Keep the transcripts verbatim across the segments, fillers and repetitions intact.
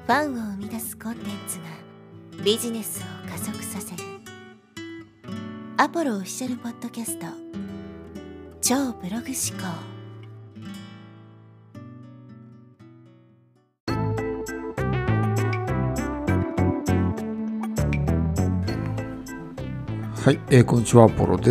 ファンを生み出すコンテンツがビジネスを加速させるアポロオフィシャルポッドキャスト超ブログ思考。 はい、えー、こんにちは、アポロです、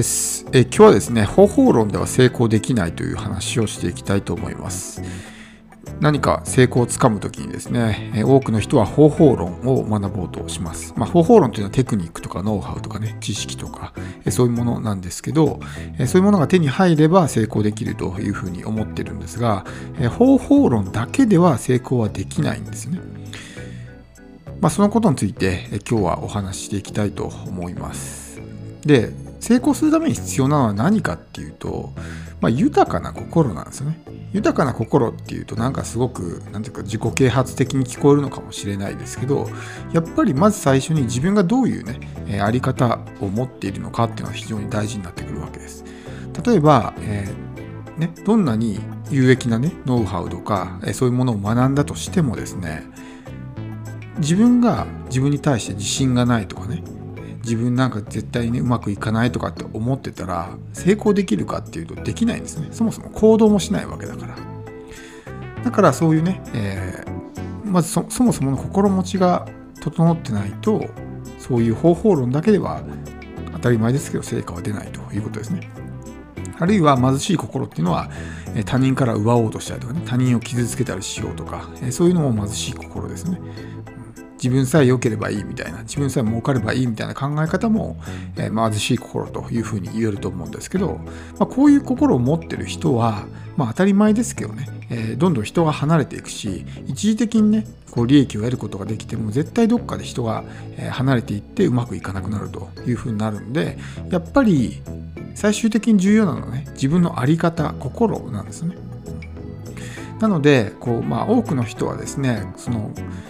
えー、今日はですね、方法論では成功できないという話をしていきたいと思います。何か成功をつかむときにですね、えー、多くの人は方法論を学ぼうとします。まあ、方法論というのはテクニックとかノウハウとかね、知識とか、えー、そういうものなんですけど、えー、そういうものが手に入れば成功できるというふうに思ってるんですが、えー、方法論だけでは成功はできないんですね。まあ、そのことについて、えー、今日はお話ししていきたいと思います。で、成功するために必要なのは何かっていうと、まあ、豊かな心なんですよね。豊かな心っていうとなんかすごくなんていうか自己啓発的に聞こえるのかもしれないですけど、やっぱりまず最初に自分がどういうね、えー、あり方を持っているのかっていうのは非常に大事になってくるわけです。例えば、えーね、どんなに有益なねノウハウとか、えー、そういうものを学んだとしてもですね、自分が自分に対して自信がないとかね、自分なんか絶対にうまくいかないとかって思ってたら成功できるかっていうとできないんですね。そもそも行動もしないわけだから。だからそういうね、えー、まず そ, そもそもの心持ちが整ってないと、そういう方法論だけでは当たり前ですけど成果は出ないということですね。あるいは貧しい心っていうのは他人から奪おうとしたりとかね、他人を傷つけたりしようとか、そういうのも貧しい心ですね。自分さえ良ければいいみたいな、自分さえ儲かればいいみたいな考え方も、えー、貧しい心というふうに言えると思うんですけど、まあ、こういう心を持ってる人は、まあ、当たり前ですけどね、えー、どんどん人が離れていくし、一時的にねこう利益を得ることができても絶対どっかで人が離れていってうまくいかなくなるというふうになるんで、やっぱり最終的に重要なのはね、自分の在り方、心なんですね。なのでこう、まあ、多くの人はですね、その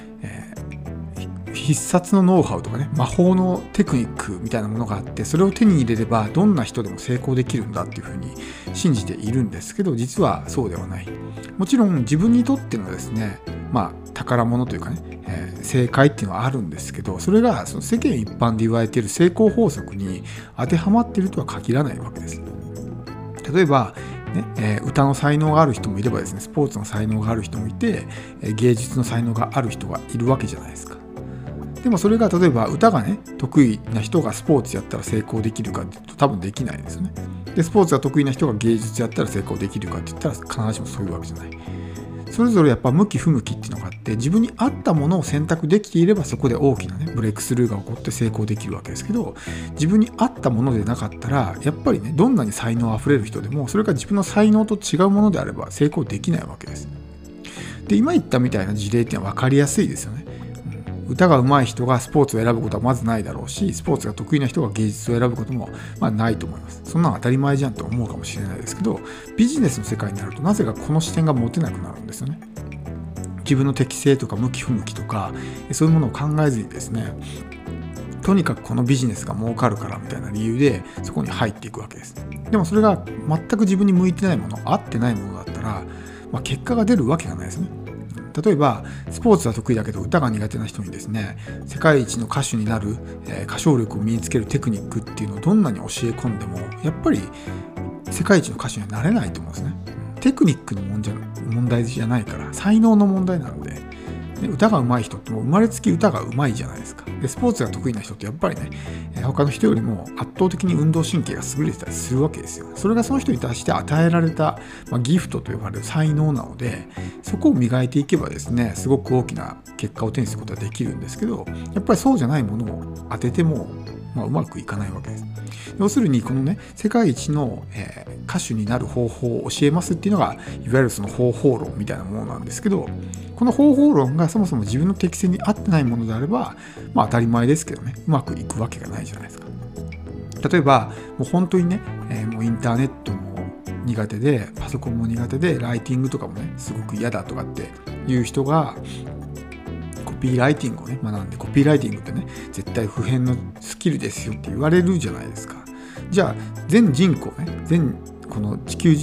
必殺のノウハウとかね、魔法のテクニックみたいなものがあって、それを手に入れればどんな人でも成功できるんだっていうふうに信じているんですけど、実はそうではない。もちろん自分にとってのですね、まあ宝物というかね、えー、正解っていうのはあるんですけど、それがその世間一般で言われている成功法則に当てはまっているとは限らないわけです。例えばねえー、歌の才能がある人もいればですね、スポーツの才能がある人もいて、えー、芸術の才能がある人がいるわけじゃないですか。でもそれが例えば歌がね得意な人がスポーツやったら成功できるかって言うと多分できないですよね。でスポーツが得意な人が芸術やったら成功できるかって言ったら必ずしもそういうわけじゃない。それぞれやっぱ向き不向きっていうのがあって、自分に合ったものを選択できていればそこで大きなねブレイクスルーが起こって成功できるわけですけど、自分に合ったものでなかったらやっぱりね、どんなに才能あふれる人でもそれが自分の才能と違うものであれば成功できないわけです。で今言ったみたいな事例っていうのは分かりやすいですよね。歌が上手い人がスポーツを選ぶことはまずないだろうし、スポーツが得意な人が芸術を選ぶこともまあないと思います。そんなの当たり前じゃんと思うかもしれないですけど、ビジネスの世界になるとなぜかこの視点が持てなくなるんですよね。自分の適性とか向き不向きとかそういうものを考えずにですね、とにかくこのビジネスが儲かるからみたいな理由でそこに入っていくわけです。でもそれが全く自分に向いてないもの、合ってないものだったら、まあ、結果が出るわけがないですね。例えばスポーツは得意だけど歌が苦手な人にですね、世界一の歌手になる、えー、歌唱力を身につけるテクニックっていうのをどんなに教え込んでもやっぱり世界一の歌手にはなれないと思うんですね。テクニックの問題、問題じゃないから才能の問題なので、で歌が上手い人ってもう生まれつき歌が上手いじゃないですか。でスポーツが得意な人ってやっぱりね、えー、他の人よりも圧倒的に運動神経が優れてたりするわけですよ。それがその人に対して与えられた、まあ、ギフトと呼ばれる才能なので、そこを磨いていけばですね、すごく大きな結果を手にすることができるんですけど、やっぱりそうじゃないものを当てても、まあ、うまくいかないわけです。要するにこのね、世界一の、えー、歌手になる方法を教えますっていうのがいわゆるその方法論みたいなものなんですけど、この方法論がそもそも自分の適性に合ってないものであれば、まあ当たり前ですけどね、うまくいくわけがないじゃないですか。例えばもう本当にね、えー、もうインターネットも苦手でパソコンも苦手でライティングとかもねすごく嫌だとかっていう人がコピーライティングをね学んで、コピーライティングってね絶対不変のスキルですよって言われるじゃないですか。じゃあ全人口ね、全この地球人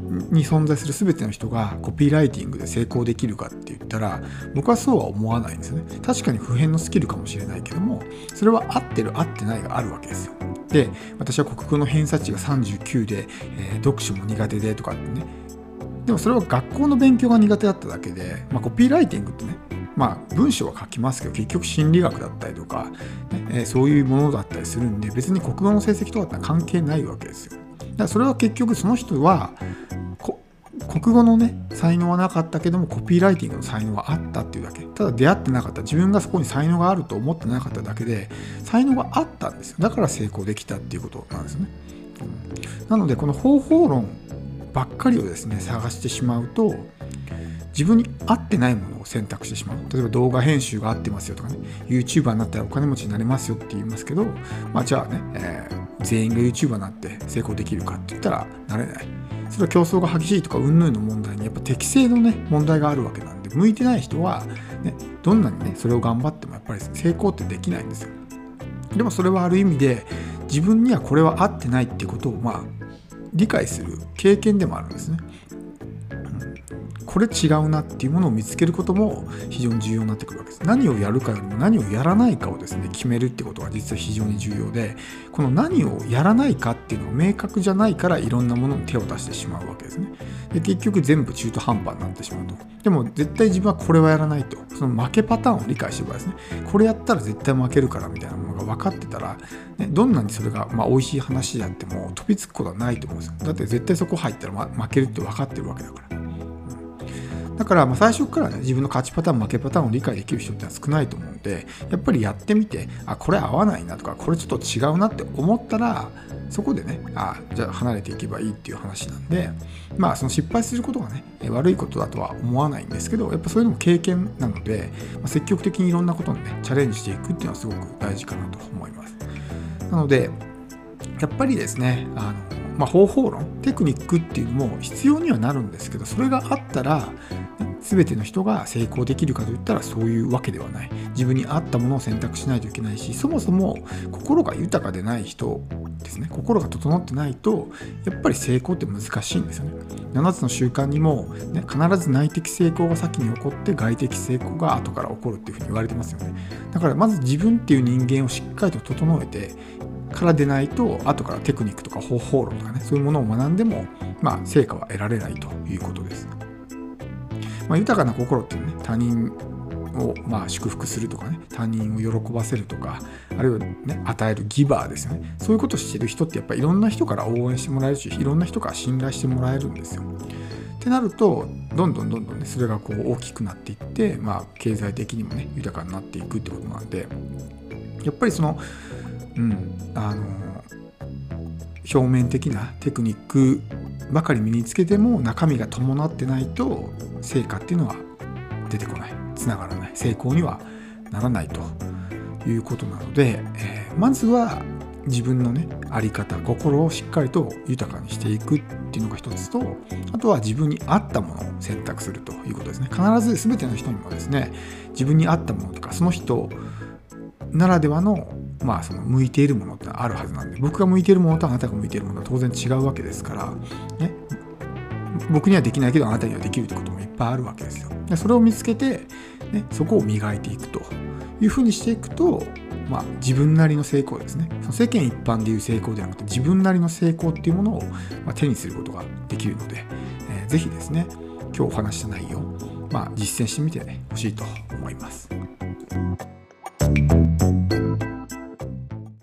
に存在する全ての人がコピーライティングで成功できるかって言ったら、僕はそうは思わないんですよね。確かに普遍のスキルかもしれないけども、それは合ってる合ってないがあるわけですよ。で、私は国語の偏差値がさんじゅうきゅうで、えー、読書も苦手でとかってね。でもそれは学校の勉強が苦手だっただけで、まあ、コピーライティングってね、まあ文章は書きますけど結局心理学だったりとか、ねえー、そういうものだったりするんで、別に国語の成績とかって関係ないわけですよ。だからそれは結局その人は国語のね才能はなかったけどもコピーライティングの才能はあったっていうだけ。ただ出会ってなかった、自分がそこに才能があると思ってなかっただけで才能があったんですよ。だから成功できたっていうことなんですよね。うん、なのでこの方法論ばっかりをですね探してしまうと、自分に合ってないものを選択してしまう。例えば動画編集が合ってますよとかね、 YouTuber になったらお金持ちになれますよって言いますけど、まあじゃあね、えー、全員が YouTuber になって成功できるかって言ったらなれない。それは競争が激しいとか云々の問題にやっぱ適性のね問題があるわけなんで、向いてない人は、ね、どんなにねそれを頑張ってもやっぱり成功ってできないんですよ。でもそれはある意味で自分にはこれは合ってないっていうことをまあ理解する経験でもあるんですね。これ違うなっていうものを見つけることも非常に重要になってくるわけです。何をやるかよりも何をやらないかをですね決めるってことが実は非常に重要で、この何をやらないかっていうのが明確じゃないからいろんなものに手を出してしまうわけですね。で結局全部中途半端になってしまうと。でも絶対自分はこれはやらないと、その負けパターンを理解してくださいですね。これやったら絶対負けるからみたいなものが分かってたら、ね、どんなにそれがまあ美味しい話であっても飛びつくことはないと思うんですよ。だって絶対そこ入ったら、ま、負けるって分かってるわけだから。だからまあ最初からね自分の勝ちパターン負けパターンを理解できる人ってのは少ないと思うんで、やっぱりやってみて、あこれ合わないなとかこれちょっと違うなって思ったらそこでね、あじゃあ離れていけばいいっていう話なんで、まあその失敗することがね悪いことだとは思わないんですけど、やっぱそういうのも経験なので、まあ、積極的にいろんなことにねチャレンジしていくっていうのはすごく大事かなと思います。なのでやっぱりですねあのまあ、方法論テクニックっていうのも必要にはなるんですけど、それがあったら全ての人が成功できるかといったらそういうわけではない。自分に合ったものを選択しないといけないし、そもそも心が豊かでない人ですね、心が整ってないとやっぱり成功って難しいんですよね。ななつの習慣にも、ね、必ず内的成功が先に起こって外的成功が後から起こるっていうふうに言われてますよね。だからまず自分っていう人間をしっかりと整えてからでないと、後からテクニックとか方法論とかねそういうものを学んでも、まあ、成果は得られないということです。まあ、豊かな心っていうのはね、他人をまあ祝福するとかね、他人を喜ばせるとか、あるいはね与えるギバーですよね。そういうことをしてる人ってやっぱりいろんな人から応援してもらえるし、いろんな人から信頼してもらえるんですよ。ってなるとどんどんどんどんねそれがこう大きくなっていって、まあ、経済的にもね豊かになっていくってことなんで、やっぱりそのうん、あの表面的なテクニックばかり身につけても中身が伴ってないと成果っていうのは出てこない、つながらない、成功にはならないということなので、えー、まずは自分のねあり方、心をしっかりと豊かにしていくっていうのが一つと、あとは自分に合ったものを選択するということですね。必ず全ての人にもですね自分に合ったものとかその人ならではのまあその向いているものってあるはずなんで、僕が向いているものとあなたが向いているものは当然違うわけですから、ね、僕にはできないけどあなたにはできるってこともいっぱいあるわけですよ。でそれを見つけて、ね、そこを磨いていくというふうにしていくと、まあ、自分なりの成功ですね。その世間一般でいう成功ではなくて自分なりの成功っていうものを、まあ、手にすることができるので、えー、ぜひですね今日お話した内容、まあ、実践してみてほしいと思います。